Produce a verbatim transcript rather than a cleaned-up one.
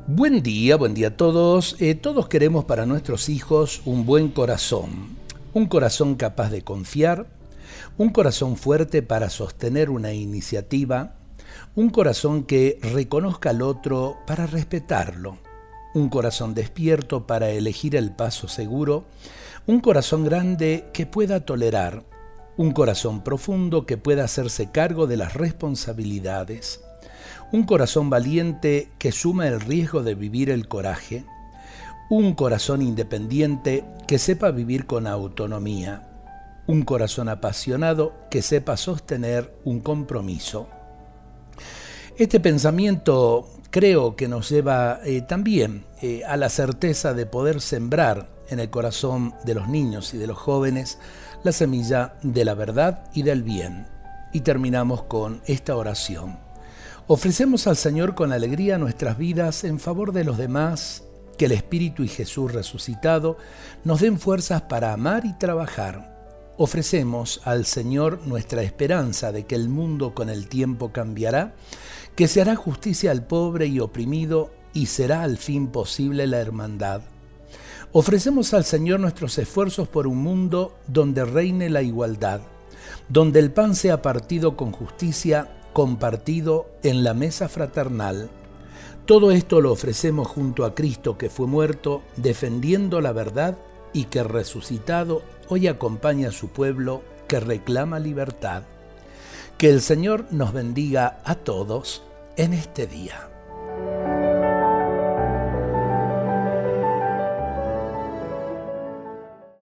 Buen día, buen día a todos. Eh, todos queremos para nuestros hijos un buen corazón, un corazón capaz de confiar, un corazón fuerte para sostener una iniciativa, un corazón que reconozca al otro para respetarlo, un corazón despierto para elegir el paso seguro, un corazón grande que pueda tolerar, un corazón profundo que pueda hacerse cargo de las responsabilidades, un corazón valiente que suma el riesgo de vivir el coraje, un corazón independiente que sepa vivir con autonomía, un corazón apasionado que sepa sostener un compromiso. Este pensamiento creo que nos lleva eh, también eh, a la certeza de poder sembrar en el corazón de los niños y de los jóvenes la semilla de la verdad y del bien. Y terminamos con esta oración. Ofrecemos al Señor con alegría nuestras vidas en favor de los demás, que el Espíritu y Jesús resucitado nos den fuerzas para amar y trabajar. Ofrecemos al Señor nuestra esperanza de que el mundo con el tiempo cambiará, que se hará justicia al pobre y oprimido y será al fin posible la hermandad. Ofrecemos al Señor nuestros esfuerzos por un mundo donde reine la igualdad, donde el pan sea partido con justicia, compartido en la mesa fraternal. Todo esto lo ofrecemos junto a Cristo que fue muerto, defendiendo la verdad y que resucitado hoy acompaña a su pueblo que reclama libertad. Que el Señor nos bendiga a todos en este día.